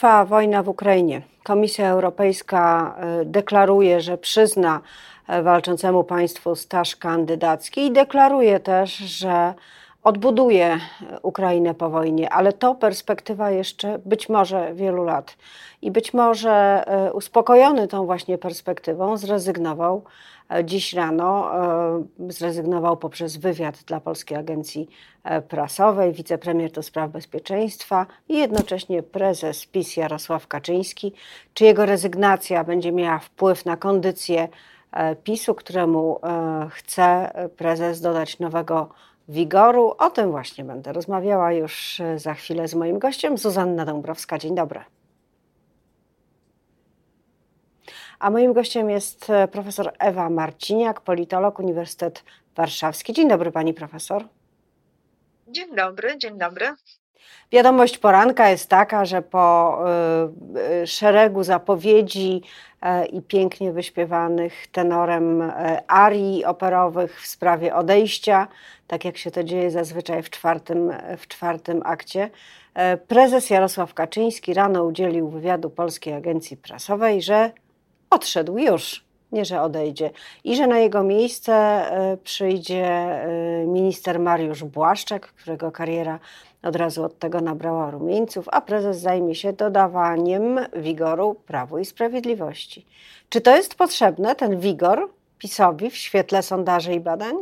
trwa wojna w Ukrainie. Komisja Europejska deklaruje, że przyzna walczącemu państwu staż kandydacki i deklaruje też, że odbuduje Ukrainę po wojnie, ale to perspektywa jeszcze być może wielu lat. I być może uspokojony tą właśnie perspektywą zrezygnował dziś rano, zrezygnował poprzez wywiad dla Polskiej Agencji Prasowej wicepremier do spraw bezpieczeństwa i jednocześnie prezes PiS Jarosław Kaczyński. Czy jego rezygnacja będzie miała wpływ na kondycję PiS-u, któremu chce prezes dodać nowego wigoru? O tym właśnie będę rozmawiała już za chwilę z moim gościem, Zuzanna Dąbrowska. Dzień dobry. A moim gościem jest profesor Ewa Marciniak, politolog, Uniwersytet Warszawski. Dzień dobry, pani profesor. Dzień dobry, dzień dobry. Wiadomość poranka jest taka, że po szeregu zapowiedzi i pięknie wyśpiewanych tenorem arii operowych w sprawie odejścia, tak jak się to dzieje zazwyczaj w czwartym akcie, prezes Jarosław Kaczyński rano udzielił wywiadu Polskiej Agencji Prasowej, że odszedł już, nie że odejdzie, i że na jego miejsce przyjdzie minister Mariusz Błaszczak, którego kariera od razu od tego nabrała rumieńców, a prezes zajmie się dodawaniem wigoru Prawu i Sprawiedliwości. Czy to jest potrzebne, ten wigor PiS-owi w świetle sondaży i badań?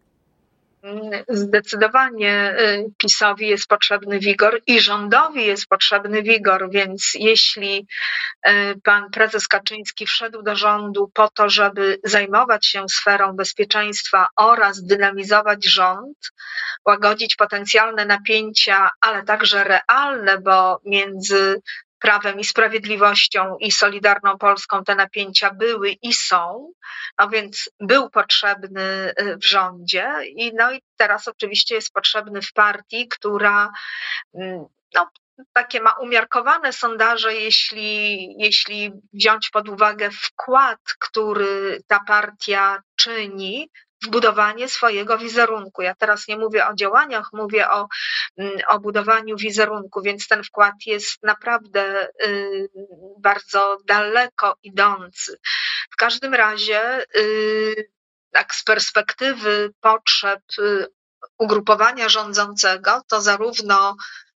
Zdecydowanie PiS-owi jest potrzebny wigor i rządowi jest potrzebny wigor, więc jeśli pan prezes Kaczyński wszedł do rządu po to, żeby zajmować się sferą bezpieczeństwa oraz dynamizować rząd, łagodzić potencjalne napięcia, ale także realne, bo między Prawem i Sprawiedliwością i Solidarną Polską te napięcia były i są, no więc był potrzebny w rządzie i teraz oczywiście jest potrzebny w partii, która takie ma umiarkowane sondaże, jeśli wziąć pod uwagę wkład, który ta partia czyni w budowanie swojego wizerunku. Ja teraz nie mówię o działaniach, mówię o budowaniu wizerunku, więc ten wkład jest naprawdę bardzo daleko idący. W każdym razie, tak z perspektywy potrzeb ugrupowania rządzącego, to zarówno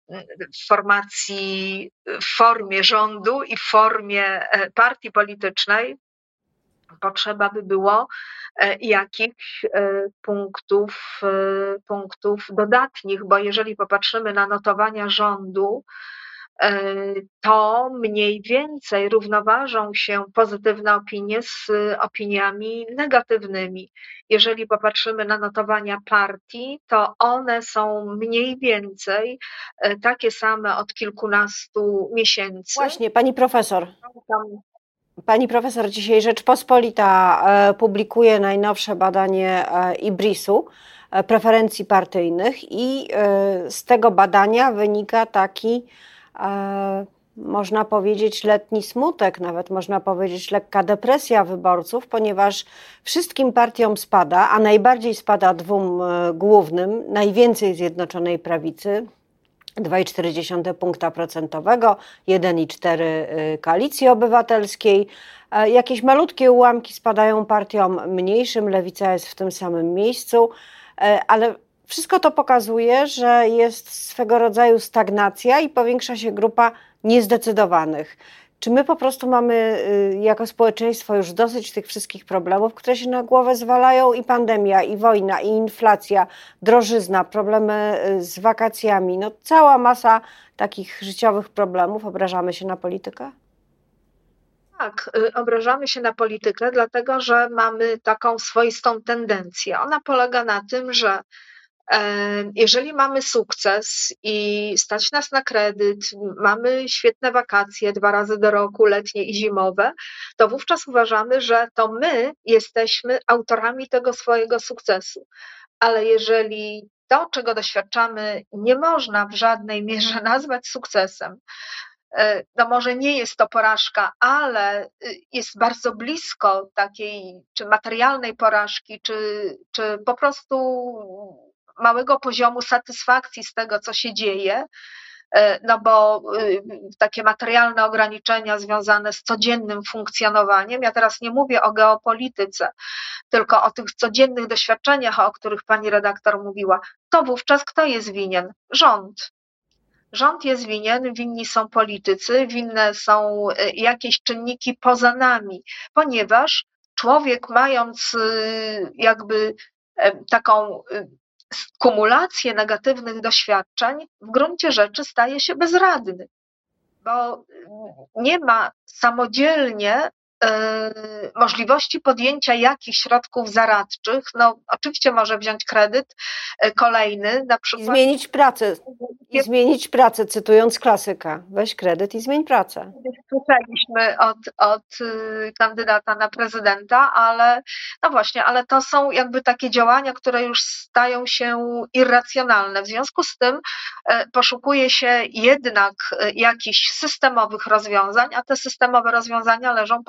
w formie rządu i w formie partii politycznej potrzeba by było jakichś punktów dodatnich, bo jeżeli popatrzymy na notowania rządu, to mniej więcej równoważą się pozytywne opinie z opiniami negatywnymi. Jeżeli popatrzymy na notowania partii, to one są mniej więcej takie same od kilkunastu miesięcy. Właśnie, pani profesor. Pani profesor, dzisiaj Rzeczpospolita publikuje najnowsze badanie IBRIS-u, preferencji partyjnych, i z tego badania wynika taki, można powiedzieć, letni smutek, nawet można powiedzieć lekka depresja wyborców, ponieważ wszystkim partiom spada, a najbardziej spada dwóm głównym, najwięcej Zjednoczonej Prawicy, 2,4 punkta procentowego, 1,4 Koalicji Obywatelskiej. Jakieś malutkie ułamki spadają partiom mniejszym, Lewica jest w tym samym miejscu, ale wszystko to pokazuje, że jest swego rodzaju stagnacja i powiększa się grupa niezdecydowanych. Czy my po prostu mamy jako społeczeństwo już dosyć tych wszystkich problemów, które się na głowę zwalają, i pandemia, i wojna, i inflacja, drożyzna, problemy z wakacjami, cała masa takich życiowych problemów. Obrażamy się na politykę? Tak, obrażamy się na politykę, dlatego że mamy taką swoistą tendencję. Ona polega na tym, że jeżeli mamy sukces i stać nas na kredyt, mamy świetne wakacje 2 razy do roku, letnie i zimowe, to wówczas uważamy, że to my jesteśmy autorami tego swojego sukcesu. Ale jeżeli to, czego doświadczamy, nie można w żadnej mierze nazwać sukcesem, może nie jest to porażka, ale jest bardzo blisko takiej czy materialnej porażki, czy po prostu małego poziomu satysfakcji z tego, co się dzieje, no bo takie materialne ograniczenia związane z codziennym funkcjonowaniem, ja teraz nie mówię o geopolityce, tylko o tych codziennych doświadczeniach, o których pani redaktor mówiła, to wówczas kto jest winien? Rząd. Rząd jest winien, winni są politycy, winne są jakieś czynniki poza nami, ponieważ człowiek, mając jakby taką kumulację negatywnych doświadczeń, w gruncie rzeczy staje się bezradny, bo nie ma samodzielnie możliwości podjęcia jakichś środków zaradczych. No, oczywiście może wziąć kredyt kolejny, na przykład. I zmienić pracę, cytując klasyka. Weź kredyt i zmień pracę. Słyszeliśmy od kandydata na prezydenta, ale no właśnie, ale to są jakby takie działania, które już stają się irracjonalne. W związku z tym poszukuje się jednak jakichś systemowych rozwiązań, a te systemowe rozwiązania leżą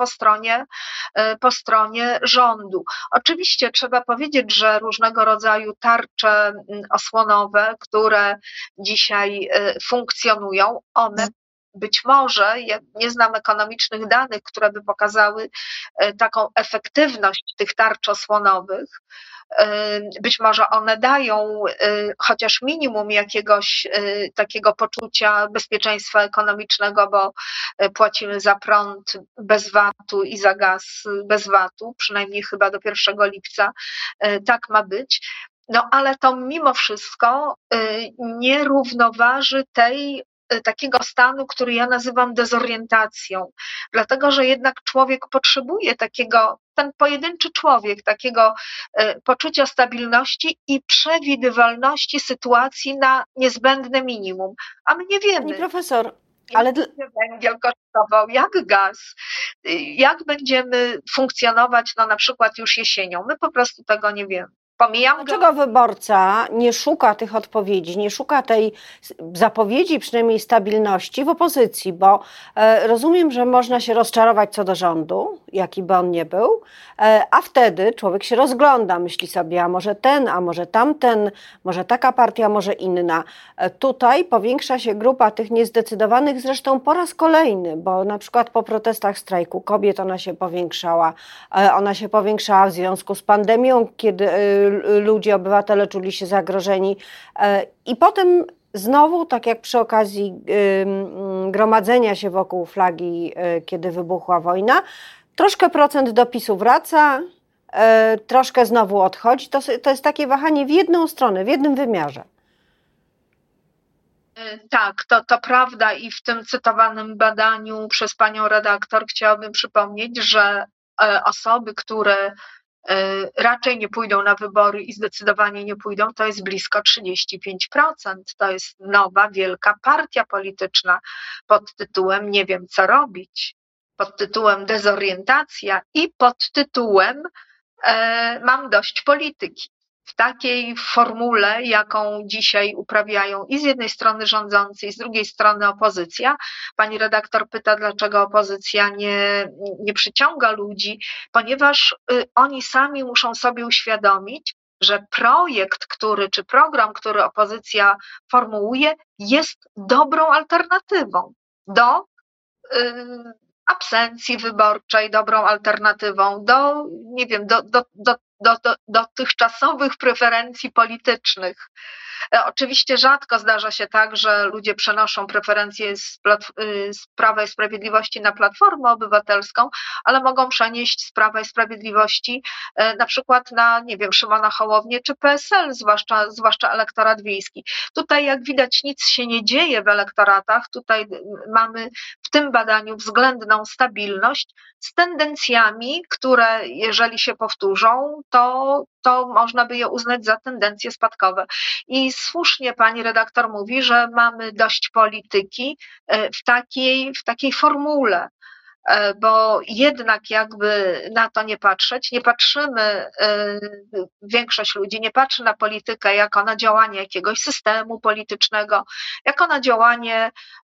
po stronie rządu. Oczywiście trzeba powiedzieć, że różnego rodzaju tarcze osłonowe, które dzisiaj funkcjonują, one być może, ja nie znam ekonomicznych danych, które by pokazały taką efektywność tych tarcz osłonowych. Być może one dają chociaż minimum jakiegoś takiego poczucia bezpieczeństwa ekonomicznego, bo płacimy za prąd bez VAT-u i za gaz bez VAT-u, przynajmniej chyba do 1 lipca tak ma być. No ale to mimo wszystko nie równoważy takiego stanu, który ja nazywam dezorientacją, dlatego że jednak człowiek potrzebuje ten pojedynczy człowiek, takiego poczucia stabilności i przewidywalności sytuacji na niezbędne minimum. A my nie wiemy. Pani profesor, ale węgiel kosztował jak gaz, jak będziemy funkcjonować, no na przykład już jesienią. My po prostu tego nie wiemy. Dlaczego wyborca nie szuka tych odpowiedzi, nie szuka tej zapowiedzi przynajmniej stabilności w opozycji, bo rozumiem, że można się rozczarować co do rządu, jaki by on nie był, a wtedy człowiek się rozgląda, myśli sobie, a może ten, a może tamten, może taka partia, może inna. Tutaj powiększa się grupa tych niezdecydowanych, zresztą po raz kolejny, bo na przykład po protestach strajku kobiet ona się powiększała w związku z pandemią, kiedy ludzie, obywatele czuli się zagrożeni i potem znowu, tak jak przy okazji gromadzenia się wokół flagi, kiedy wybuchła wojna, troszkę procent do PiS-u wraca, troszkę znowu odchodzi. To jest takie wahanie w jedną stronę, w jednym wymiarze. Tak, to prawda i w tym cytowanym badaniu przez panią redaktor chciałabym przypomnieć, że osoby, które raczej nie pójdą na wybory i zdecydowanie nie pójdą, to jest blisko 35%. To jest nowa, wielka partia polityczna pod tytułem nie wiem co robić, pod tytułem dezorientacja i pod tytułem mam dość polityki. W takiej formule, jaką dzisiaj uprawiają i z jednej strony rządzący, i z drugiej strony opozycja. Pani redaktor pyta, dlaczego opozycja nie przyciąga ludzi, ponieważ oni sami muszą sobie uświadomić, że projekt, czy program, który opozycja formułuje, jest dobrą alternatywą do absencji wyborczej, dobrą alternatywą do, nie wiem, do dotychczasowych preferencji politycznych. Oczywiście rzadko zdarza się tak, że ludzie przenoszą preferencje z Prawa i Sprawiedliwości na Platformę Obywatelską, ale mogą przenieść z Prawa i Sprawiedliwości na przykład na, nie wiem, Szymona Hołownię czy PSL, zwłaszcza elektorat wiejski. Tutaj, jak widać, nic się nie dzieje w elektoratach. Tutaj mamy w tym badaniu względną stabilność z tendencjami, które jeżeli się powtórzą, to można by je uznać za tendencje spadkowe. I słusznie pani redaktor mówi, że mamy dość polityki w takiej formule, bo jednak jakby na to nie patrzeć, nie patrzymy, większość ludzi nie patrzy na politykę jako na działanie jakiegoś systemu politycznego, jako na działanie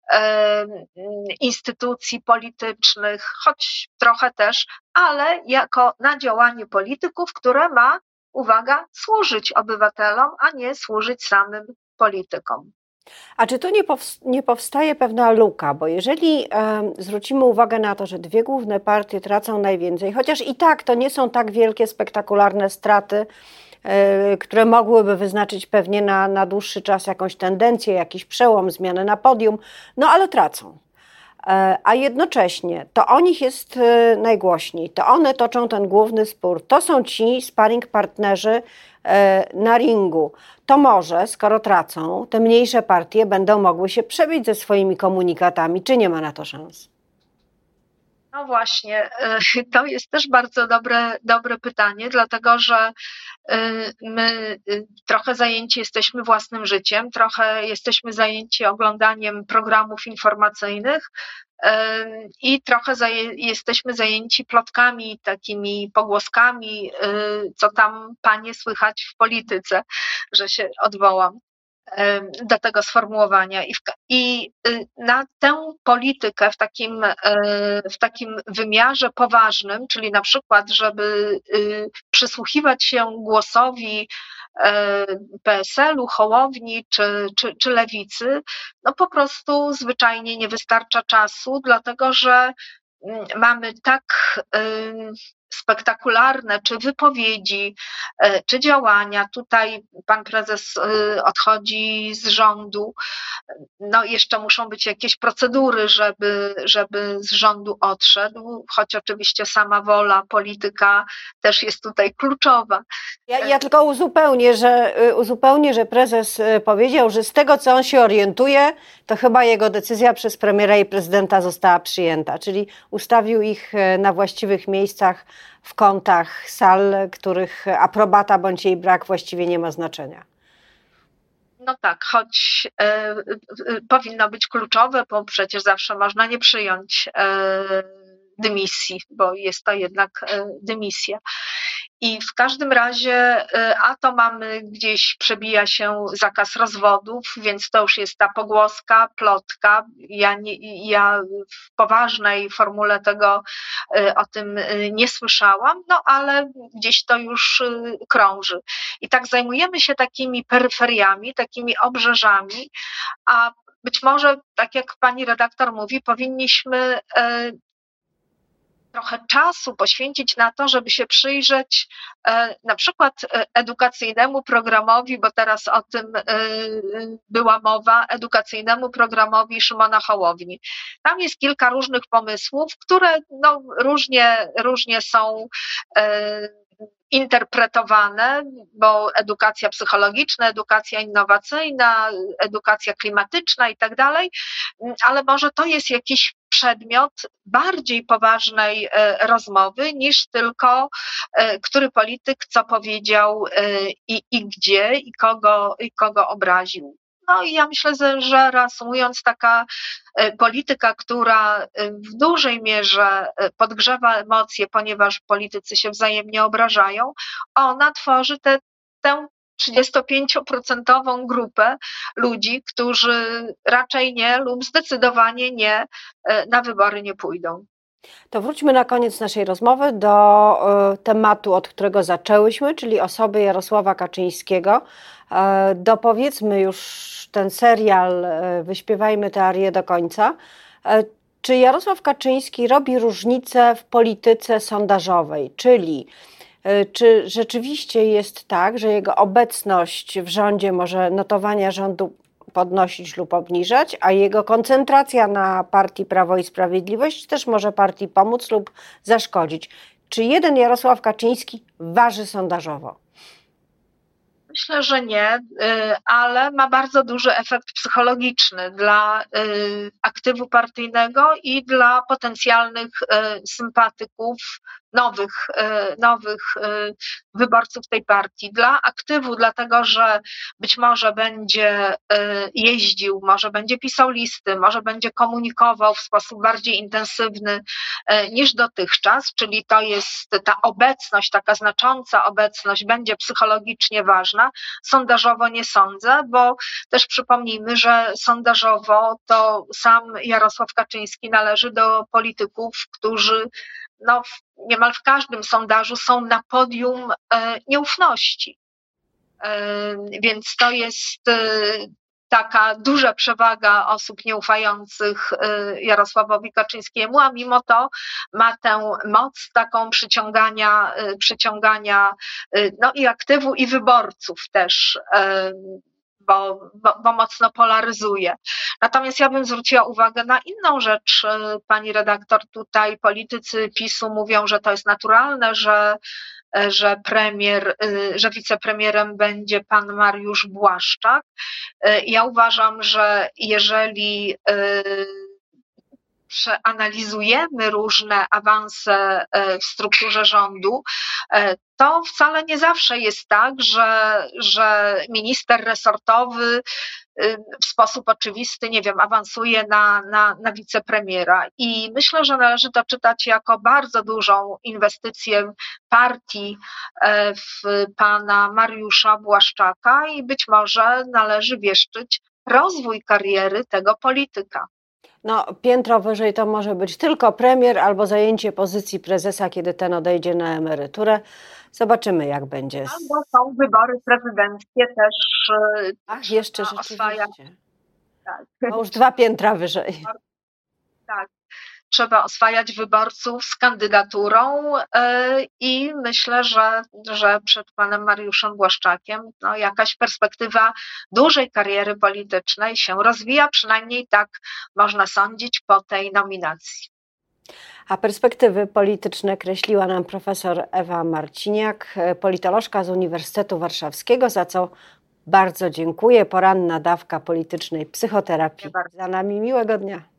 instytucji politycznych, choć trochę też, ale jako na działanie polityków, które ma, uwaga, służyć obywatelom, a nie służyć samym politykom. A czy tu nie powstaje pewna luka? Bo jeżeli zwrócimy uwagę na to, że dwie główne partie tracą najwięcej, chociaż i tak to nie są tak wielkie, spektakularne straty, które mogłyby wyznaczyć pewnie na dłuższy czas jakąś tendencję, jakiś przełom, zmianę na podium, no ale tracą. A jednocześnie to o nich jest najgłośniej, to one toczą ten główny spór, to są ci sparring partnerzy na ringu. To może, skoro tracą, te mniejsze partie będą mogły się przebić ze swoimi komunikatami, czy nie ma na to szans? No właśnie, to jest też bardzo dobre pytanie, dlatego że my trochę zajęci jesteśmy własnym życiem, trochę jesteśmy zajęci oglądaniem programów informacyjnych i trochę jesteśmy zajęci plotkami, takimi pogłoskami, co tam panie słychać w polityce, że się odwołam do tego sformułowania. I na tę politykę w takim wymiarze poważnym, czyli na przykład, żeby przysłuchiwać się głosowi PSL-u, Hołowni czy Lewicy, no po prostu zwyczajnie nie wystarcza czasu, dlatego że mamy tak spektakularne czy wypowiedzi, czy działania. Tutaj pan prezes odchodzi z rządu. No jeszcze muszą być jakieś procedury, żeby z rządu odszedł, choć oczywiście sama wola polityka też jest tutaj kluczowa. Ja tylko uzupełnię, że prezes powiedział, że z tego, co on się orientuje, to chyba jego decyzja przez premiera i prezydenta została przyjęta, czyli ustawił ich na właściwych miejscach w kątach sal, których aprobata bądź jej brak właściwie nie ma znaczenia. No tak, choć powinno być kluczowe, bo przecież zawsze można nie przyjąć dymisji, bo jest to jednak dymisja. I w każdym razie, a to mamy gdzieś przebija się zakaz rozwodów, więc to już jest ta pogłoska, plotka. Ja w poważnej formule tego o tym nie słyszałam, no ale gdzieś to już krąży. I tak zajmujemy się takimi peryferiami, takimi obrzeżami, a być może, tak jak pani redaktor mówi, powinniśmy trochę czasu poświęcić na to, żeby się przyjrzeć na przykład edukacyjnemu programowi, bo teraz o tym była mowa, edukacyjnemu programowi Szymona Hołowni. Tam jest kilka różnych pomysłów, które no, różnie są interpretowane, bo edukacja psychologiczna, edukacja innowacyjna, edukacja klimatyczna i tak dalej, ale może to jest jakiś przedmiot bardziej poważnej rozmowy niż tylko który polityk co powiedział i gdzie i kogo obraził. No i ja myślę, że reasumując, taka polityka, która w dużej mierze podgrzewa emocje, ponieważ politycy się wzajemnie obrażają, ona tworzy tę 35% grupę ludzi, którzy raczej nie lub zdecydowanie nie na wybory nie pójdą. To wróćmy na koniec naszej rozmowy do tematu, od którego zaczęłyśmy, czyli osoby Jarosława Kaczyńskiego. Dopowiedzmy już ten serial Wyśpiewajmy tę arię do końca. Czy Jarosław Kaczyński robi różnicę w polityce sondażowej, czyli czy rzeczywiście jest tak, że jego obecność w rządzie może notowania rządu podnosić lub obniżać, a jego koncentracja na partii Prawo i Sprawiedliwość też może partii pomóc lub zaszkodzić? Czy jeden Jarosław Kaczyński waży sondażowo? Myślę, że nie, ale ma bardzo duży efekt psychologiczny dla aktywu partyjnego i dla potencjalnych sympatyków nowych wyborców tej partii. Dla aktywu, dlatego że być może będzie jeździł, może będzie pisał listy, może będzie komunikował w sposób bardziej intensywny niż dotychczas, czyli to jest ta obecność, taka znacząca obecność będzie psychologicznie ważna. Sondażowo nie sądzę, bo też przypomnijmy, że sondażowo to sam Jarosław Kaczyński należy do polityków, którzy no, niemal w każdym sondażu są na podium nieufności. Więc to jest taka duża przewaga osób nieufających Jarosławowi Kaczyńskiemu, a mimo to ma tę moc taką przyciągania no i aktywu, i wyborców też, bo mocno polaryzuje. Natomiast ja bym zwróciła uwagę na inną rzecz, pani redaktor. Tutaj politycy PiS-u mówią, że to jest naturalne, że wicepremierem będzie pan Mariusz Błaszczak. Ja uważam, że jeżeli przeanalizujemy różne awanse w strukturze rządu, to wcale nie zawsze jest tak, że minister resortowy w sposób oczywisty, nie wiem, awansuje na wicepremiera. I myślę, że należy to czytać jako bardzo dużą inwestycję partii w pana Mariusza Błaszczaka i być może należy wieszczyć rozwój kariery tego polityka. No, piętro wyżej to może być tylko premier albo zajęcie pozycji prezesa, kiedy ten odejdzie na emeryturę. Zobaczymy, jak będzie. Albo są wybory prezydenckie też. Ach, jeszcze oswajać. rzeczywiście. Tak. No już 2 piętra wyżej. Tak. Trzeba oswajać wyborców z kandydaturą i myślę, że przed panem Mariuszem Błaszczakiem no, jakaś perspektywa dużej kariery politycznej się rozwija, przynajmniej tak można sądzić po tej nominacji. A perspektywy polityczne kreśliła nam profesor Ewa Marciniak, politolożka z Uniwersytetu Warszawskiego, za co bardzo dziękuję. Poranna dawka politycznej psychoterapii za nami. Miłego dnia.